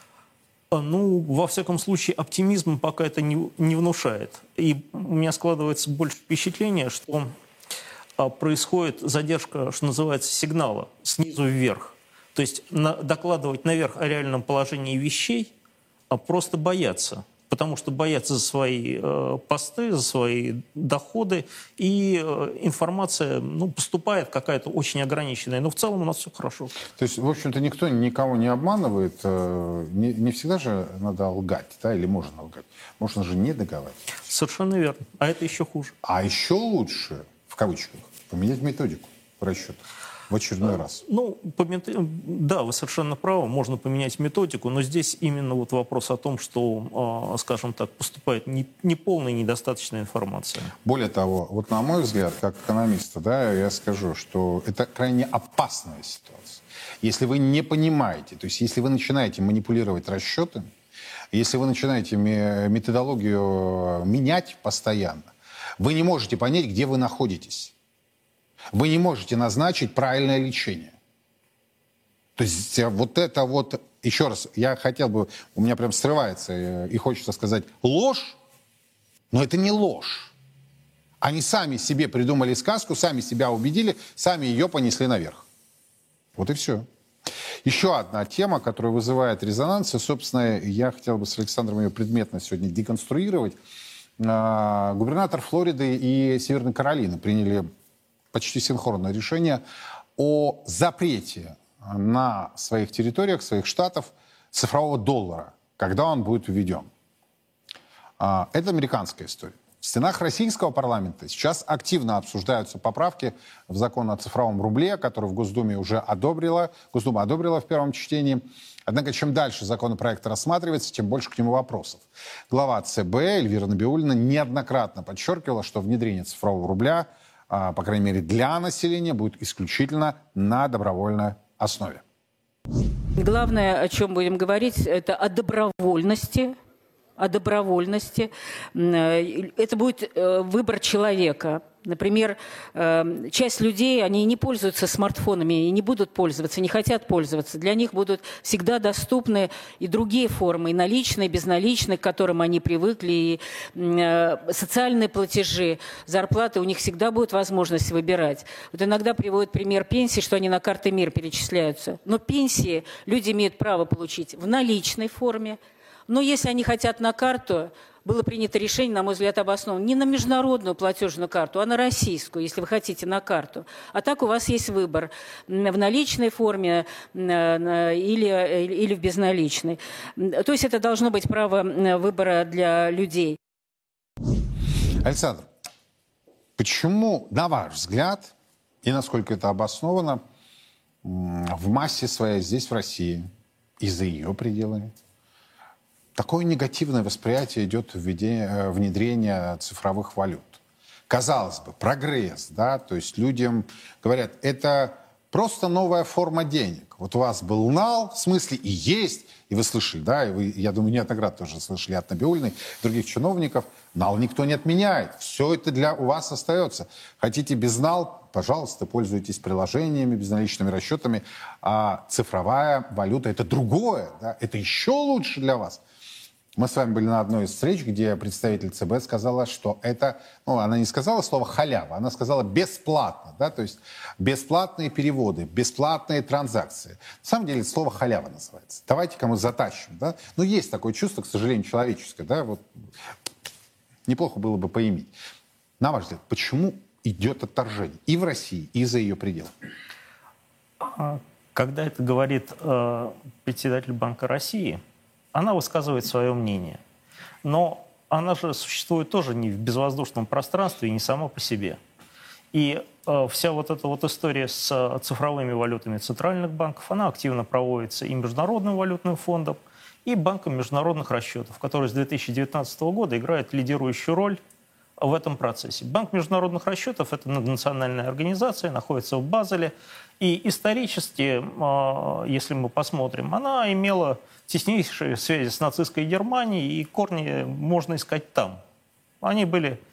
Ну, во всяком случае, оптимизм пока это не внушает. И у меня складывается больше впечатление, что происходит задержка, что называется, сигнала снизу вверх. То есть докладывать наверх о реальном положении вещей просто боятся. Потому что боятся за свои посты, за свои доходы. И информация, ну, поступает какая-то очень ограниченная. Но в целом у нас все хорошо. То есть, в общем-то, никто никого не обманывает. Не всегда же надо лгать, да, или можно лгать. Можно же не договаривать. Совершенно верно. А это еще хуже. А еще лучше, в кавычках, поменять методику расчета. В очередной раз. Ну, да, вы совершенно правы, можно поменять методику, но здесь именно вот вопрос о том, что, скажем так, поступает неполная, недостаточная информация. Более того, вот на мой взгляд, как экономиста, да, я скажу, что это крайне опасная ситуация. Если вы не понимаете, то есть если вы начинаете манипулировать расчетами, если вы начинаете методологию менять постоянно, вы не можете понять, где вы находитесь. Вы не можете назначить правильное лечение. То есть вот это вот, еще раз, я хотел бы, у меня прям срывается и хочется сказать ложь, но это не ложь. Они сами себе придумали сказку, сами себя убедили, сами ее понесли наверх. Вот и все. Еще одна тема, которая вызывает резонанс, и, собственно, я хотел бы с Александром ее предметно сегодня деконструировать. Губернатор Флориды и Северной Каролины приняли почти синхронное решение о запрете на своих территориях, своих штатов цифрового доллара, когда он будет введен. Это американская история. В стенах российского парламента сейчас активно обсуждаются поправки в закон о цифровом рубле, который в Госдуме уже Госдума одобрила в первом чтении. Однако, чем дальше законопроект рассматривается, тем больше к нему вопросов. Глава ЦБ Эльвира Набиуллина неоднократно подчеркивала, что внедрение цифрового рубля, по крайней мере для населения, будет исключительно на добровольной основе. Главное, о чем будем говорить, это о добровольности. О добровольности. Это будет выбор человека. Например, часть людей, они не пользуются смартфонами и не будут пользоваться, не хотят пользоваться. Для них будут всегда доступны и другие формы, и наличные, и безналичные, к которым они привыкли, и социальные платежи, зарплаты, у них всегда будет возможность выбирать. Вот иногда приводят пример пенсии, что они на карты МИР перечисляются. Но пенсии люди имеют право получить в наличной форме. Но если они хотят на карту, было принято решение, на мой взгляд, обоснованно, не на международную платежную карту, а на российскую, если вы хотите на карту. А так у вас есть выбор в наличной форме или в безналичной. То есть это должно быть право выбора для людей. Александр, почему, на ваш взгляд, и насколько это обосновано, в массе своей здесь, в России, и за ее пределами, такое негативное восприятие идет внедрение цифровых валют? Казалось бы, прогресс, да, то есть людям говорят, это просто новая форма денег. Вот у вас был нал, в смысле и есть, и вы слышали, да, и вы, я думаю, неоднократно тоже слышали от Набиуллиной, других чиновников, нал никто не отменяет, все это у вас остается. Хотите без нал, пожалуйста, пользуйтесь приложениями, безналичными расчетами, а цифровая валюта это другое, да, это еще лучше для вас. Мы с вами были на одной из встреч, где представитель ЦБ сказала, что это, ну, она не сказала слово халява, она сказала бесплатно, да, то есть бесплатные переводы, бесплатные транзакции. На самом деле слово халява называется. Давайте-ка мы затащим, да. Ну, есть такое чувство, к сожалению, человеческое, да, вот неплохо было бы поиметь. На ваш взгляд, почему идет отторжение и в России, и за ее пределами? Когда это говорит председатель Банка России, она высказывает свое мнение. Но она же существует тоже не в безвоздушном пространстве и не сама по себе. И вся вот эта вот история с цифровыми валютами центральных банков, она активно проводится и Международным валютным фондом, и Банком международных расчетов, который с 2019 года играет лидирующую роль в этом процессе. Банк международных расчетов – это наднациональная организация, находится в Базеле. И исторически, если мы посмотрим, она имела теснейшие связи с нацистской Германией, и корни можно искать там. Они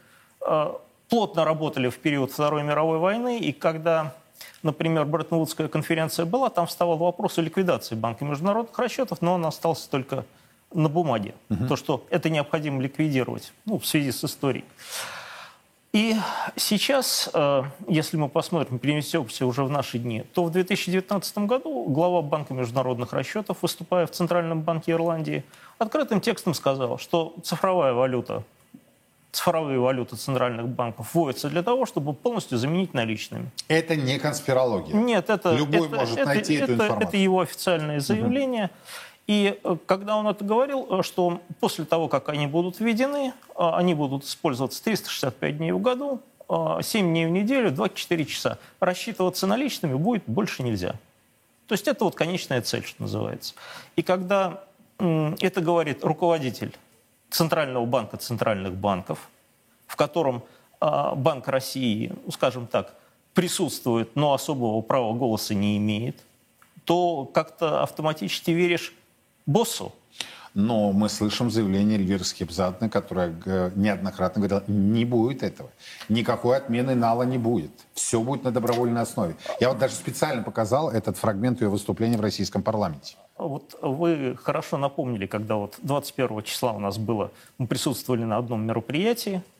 плотно работали в период Второй мировой войны, и когда, например, Бреттон-Вудская конференция была, там вставал вопрос о ликвидации Банка международных расчетов, но он остался только на бумаге. То, что это необходимо ликвидировать, ну, в связи с историей. И сейчас, если мы посмотрим, перенесемся уже в наши дни, то в 2019 году глава Банка международных расчетов, выступая в Центральном банке Ирландии, открытым текстом сказал, что цифровые валюты центральных банков вводятся для того, чтобы полностью заменить наличными. Это не конспирология. Нет, любой может найти эту информацию. Это его официальное заявление. И когда он это говорил, что после того, как они будут введены, они будут использоваться 365 дней в году, 7 дней в неделю, 24 часа. Рассчитываться наличными будет больше нельзя. То есть это вот конечная цель, что называется. И когда это говорит руководитель Центрального банка центральных банков, в котором Банк России, скажем так, присутствует, но особого права голоса не имеет, то как-то автоматически веришь боссу. Но мы слышим заявление Эльвиры Скибзатны, которая неоднократно говорила, не будет этого. Никакой отмены нала не будет. Все будет на добровольной основе. Я вот даже специально показал этот фрагмент ее выступления в российском парламенте. Вот вы хорошо напомнили, когда вот 21 числа у нас было, мы присутствовали на одном мероприятии,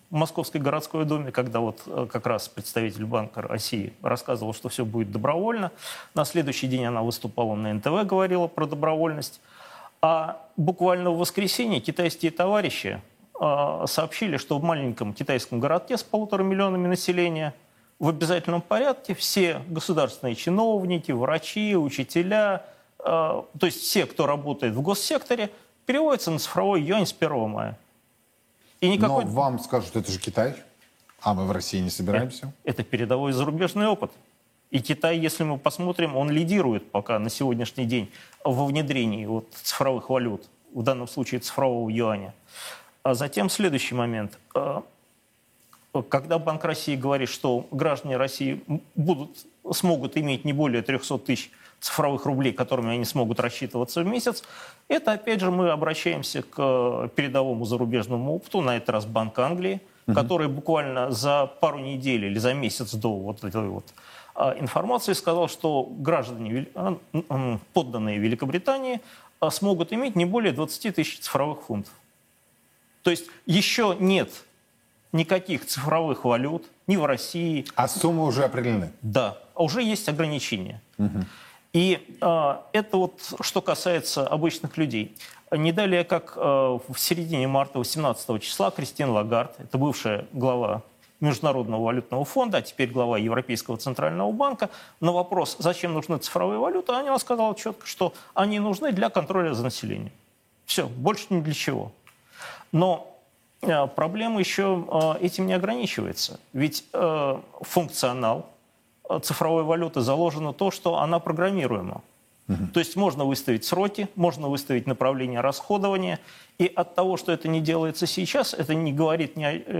в Московской городской думе, когда вот как раз представитель Банка России рассказывал, что все будет добровольно. На следующий день она выступала на НТВ, говорила про добровольность. А буквально в воскресенье китайские товарищи сообщили, что в маленьком китайском городке с 1,5 миллионами населения в обязательном порядке все государственные чиновники, врачи, учителя, то есть все, кто работает в госсекторе, переводятся на цифровой юань с 1 мая. И никакой... Но вам скажут, это же Китай, а мы в России не собираемся. Это передовой зарубежный опыт. И Китай, если мы посмотрим, он лидирует пока на сегодняшний день во внедрении вот цифровых валют, в данном случае цифрового юаня. А затем следующий момент. Когда Банк России говорит, что граждане России смогут иметь не более 300 тысяч цифровых рублей, которыми они смогут рассчитываться в месяц, это, опять же, мы обращаемся к передовому зарубежному опыту, на этот раз Банк Англии, который буквально за пару недель или за месяц до вот этой вот информации сказал, что граждане, подданные Великобритании, смогут иметь не более 20 тысяч цифровых фунтов. То есть еще нет никаких цифровых валют ни в России. А суммы уже определены? Да, уже есть ограничения. И это вот что касается обычных людей. Не далее, как в середине марта 18 числа Кристин Лагард, это бывшая глава Международного валютного фонда, а теперь глава Европейского центрального банка, на вопрос, зачем нужны цифровые валюты, она сказала четко, что они нужны для контроля за населением. Все, больше ни для чего. Но проблема еще этим не ограничивается. Ведь функционал цифровой валюты заложено то, что она программируема. То есть можно выставить сроки, можно выставить направление расходования. И от того, что это не делается сейчас, это не говорит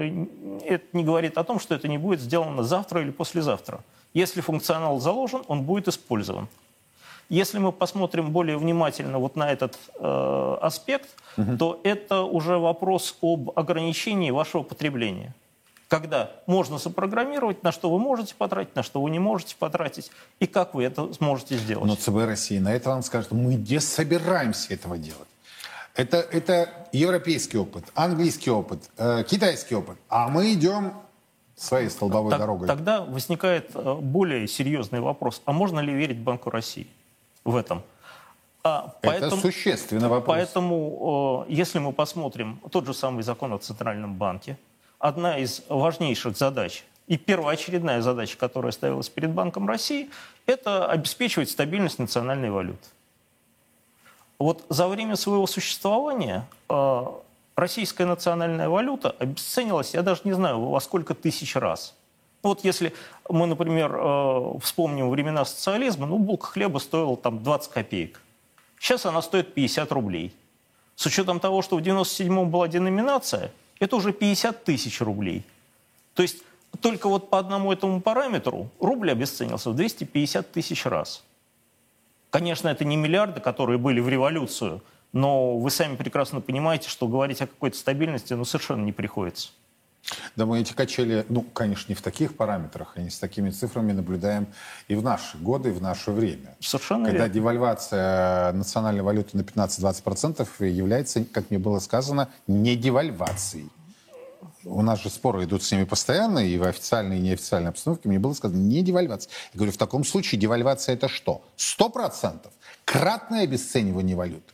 о том, что это не будет сделано завтра или послезавтра. Если функционал заложен, он будет использован. Если мы посмотрим более внимательно вот на этот аспект, то это уже вопрос об ограничении вашего потребления. Когда можно запрограммировать, на что вы можете потратить, на что вы не можете потратить, и как вы это сможете сделать. Но ЦБ России на это вам скажет, мы не собираемся этого делать. Это европейский опыт, английский опыт, китайский опыт, а мы идем своей столбовой дорогой. Тогда возникает более серьезный вопрос, а можно ли верить Банку России в этом? Это существенный вопрос. Поэтому, если мы посмотрим тот же самый закон о Центральном банке, одна из важнейших задач и первоочередная задача, которая ставилась перед Банком России, это обеспечивать стабильность национальной валюты. Вот за время своего существования российская национальная валюта обесценилась, я даже не знаю, во сколько тысяч раз. Вот если мы, например, вспомним времена социализма, булка хлеба стоила там 20 копеек. Сейчас она стоит 50 рублей. С учетом того, что в 1997-м была деноминация, это уже 50 тысяч рублей. То есть только вот по одному этому параметру рубль обесценился в 250 тысяч раз. Конечно, это не миллиарды, которые были в революцию, но вы сами прекрасно понимаете, что говорить о какой-то стабильности совершенно не приходится. Да, мы эти качели, конечно, не в таких параметрах, и не с такими цифрами наблюдаем и в наши годы, и в наше время. Совершенно Когда верно. девальвация национальной валюты на 15-20% является, как мне было сказано, не девальвацией. У нас же споры идут с ними постоянно, и в официальной и неофициальной обстановке мне было сказано, не девальвация. Я говорю, в таком случае девальвация это что? 100%? Кратное обесценивание валюты?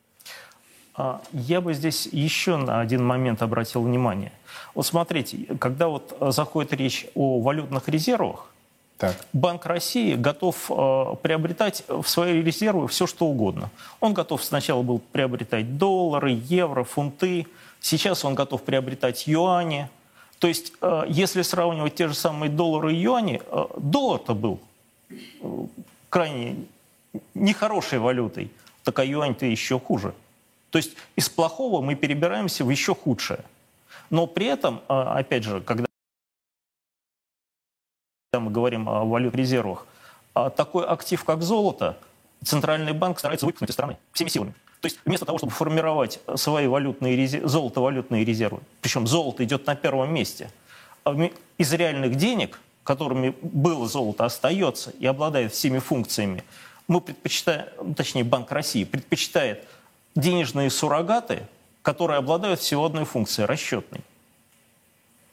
Я бы здесь еще на один момент обратил внимание. Вот смотрите, когда вот заходит речь о валютных резервах, Банк России готов приобретать в свои резервы все, что угодно. Он готов сначала был приобретать доллары, евро, фунты. Сейчас он готов приобретать юани. То есть, если сравнивать те же самые доллары и юани, доллар-то был крайне нехорошей валютой, так а юань-то еще хуже. То есть из плохого мы перебираемся в еще худшее. Но при этом, опять же, когда мы говорим о валютных резервах, такой актив, как золото, Центральный банк старается выпихнуть из страны всеми силами. То есть вместо того, чтобы формировать свои золотовалютные резервы, причем золото идет на первом месте, из реальных денег, которыми было золото, остается и обладает всеми функциями, мы предпочитаем, точнее Банк России предпочитает денежные суррогаты, которые обладают всего одной функцией – расчетной.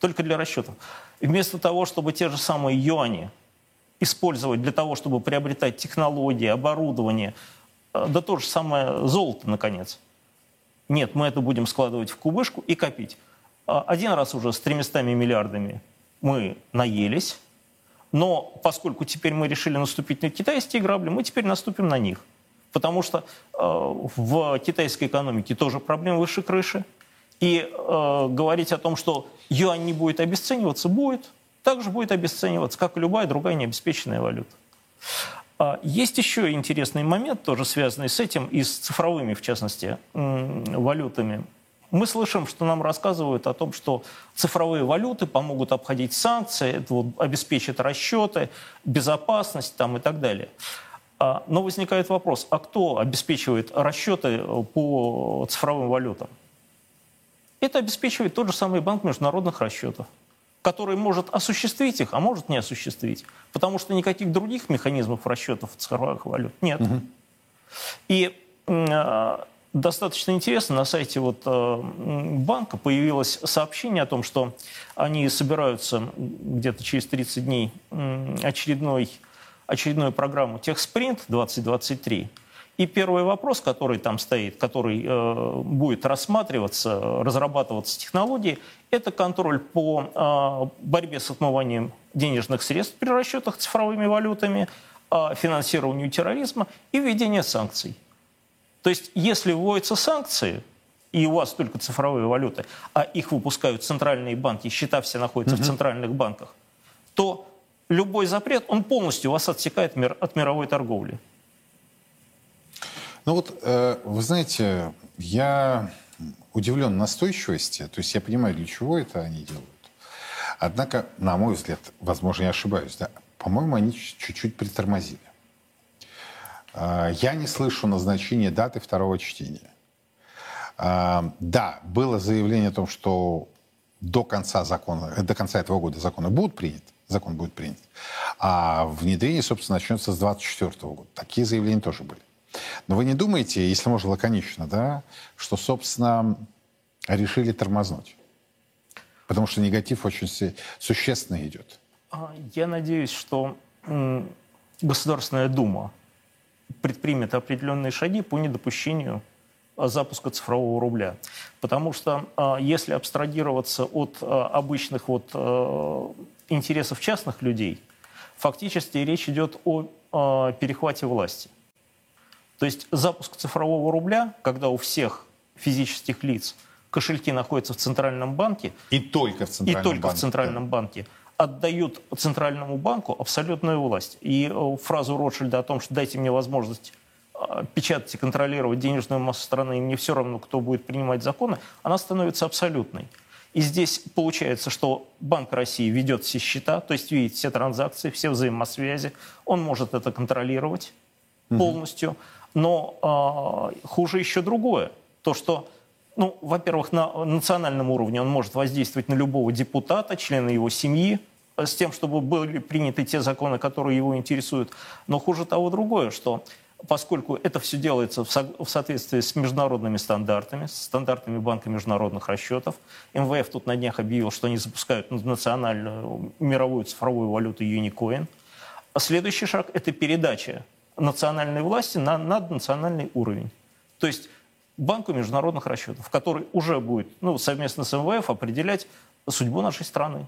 только для расчетов. И вместо того, чтобы те же самые юани использовать для того, чтобы приобретать технологии, оборудование, да то же самое золото, наконец. Нет, мы это будем складывать в кубышку и копить. Один раз уже с 300 миллиардами мы наелись, но поскольку теперь мы решили наступить на китайские грабли, мы теперь наступим на них. Потому что в китайской экономике тоже проблемы выше крыши. И говорить о том, что юань не будет обесцениваться, будет. Также будет обесцениваться, как и любая другая необеспеченная валюта. Есть еще интересный момент, тоже связанный с этим и с цифровыми, в частности, валютами. Мы слышим, что нам рассказывают о том, что цифровые валюты помогут обходить санкции, это вот обеспечит расчеты, безопасность там, и так далее. Но возникает вопрос, а кто обеспечивает расчеты по цифровым валютам? Это обеспечивает тот же самый Банк международных расчетов, который может осуществить их, а может не осуществить. Потому что никаких других механизмов расчетов цифровых валют нет. И достаточно интересно, на сайте банка появилось сообщение о том, что они собираются где-то через 30 дней очередную программу «Техспринт 2023». И первый вопрос, который там стоит, который будет рассматриваться, разрабатываться технологии, это контроль по борьбе с отмыванием денежных средств при расчетах цифровыми валютами, финансированию терроризма и введение санкций. То есть, если вводятся санкции, и у вас только цифровые валюты, а их выпускают центральные банки, счета все находятся в центральных банках, то любой запрет, он полностью вас отсекает от мировой торговли. Ну вот, вы знаете, я удивлен настойчивости, то есть я понимаю, для чего это они делают. Однако, на мой взгляд, возможно, я ошибаюсь, да, по-моему, они чуть-чуть притормозили. Я не слышу назначения даты второго чтения. Да, было заявление о том, что до конца этого года закон будет принят, а внедрение, собственно, начнется с 2024 года. Такие заявления тоже были. Но вы не думаете, если можно лаконично, да, что, собственно, решили тормознуть? Потому что негатив очень существенно идет. Я надеюсь, что Государственная Дума предпримет определенные шаги по недопущению запуска цифрового рубля. Потому что если абстрагироваться от обычных интересов частных людей, фактически речь идет о перехвате власти. То есть запуск цифрового рубля, когда у всех физических лиц кошельки находятся в Центральном банке, и только в Центральном банке, отдают Центральному банку абсолютную власть. И фразу Ротшильда о том, что дайте мне возможность печатать и контролировать денежную массу страны, и мне все равно, кто будет принимать законы, она становится абсолютной. И здесь получается, что Банк России ведет все счета, то есть видит все транзакции, все взаимосвязи, он может это контролировать полностью. Но хуже еще другое. То, что, во-первых, на национальном уровне он может воздействовать на любого депутата, члена его семьи, с тем, чтобы были приняты те законы, которые его интересуют. Но хуже того другое, что поскольку это все делается в соответствии с международными стандартами, с стандартами Банка международных расчетов, МВФ тут на днях объявил, что они запускают национальную мировую цифровую валюту Unicоин. А следующий шаг – это передача национальной власти на наднациональный уровень. То есть Банку международных расчетов, который уже будет совместно с МВФ определять судьбу нашей страны.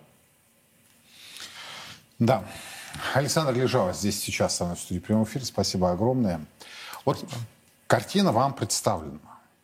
Да. Александр Лежава здесь сейчас со мной в студии прямого эфира. Спасибо огромное. Вот картина вам представлена.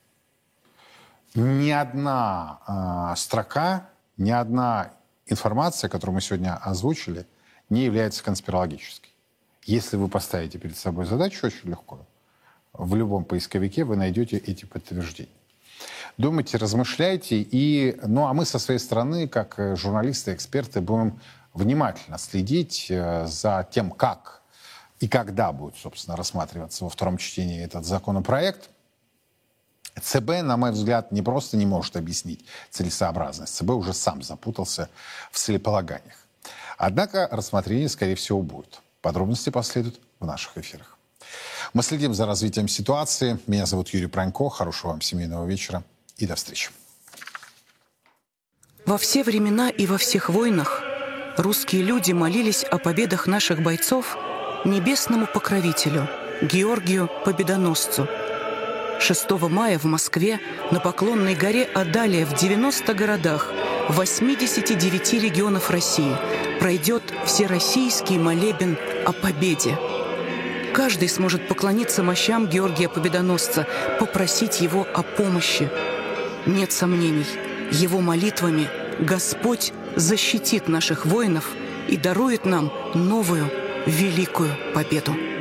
Ни одна строка, ни одна информация, которую мы сегодня озвучили, не является конспирологической. Если вы поставите перед собой задачу очень легко, в любом поисковике вы найдете эти подтверждения. Думайте, размышляйте. А мы со своей стороны, как журналисты, эксперты, будем внимательно следить за тем, как и когда будет, собственно, рассматриваться во втором чтении этот законопроект. ЦБ, на мой взгляд, не просто не может объяснить целесообразность. ЦБ уже сам запутался в целеполаганиях. Однако рассмотрение, скорее всего, будет. Подробности последуют в наших эфирах. Мы следим за развитием ситуации. Меня зовут Юрий Пронько. Хорошего вам семейного вечера и до встречи. Во все времена и во всех войнах русские люди молились о победах наших бойцов небесному покровителю, Георгию Победоносцу. 6 мая в Москве на Поклонной горе, а далее в 90 городах 89 регионов России пройдет всероссийский молебен о победе. Каждый сможет поклониться мощам Георгия Победоносца, попросить его о помощи. Нет сомнений, его молитвами Господь защитит наших воинов и дарует нам новую великую победу.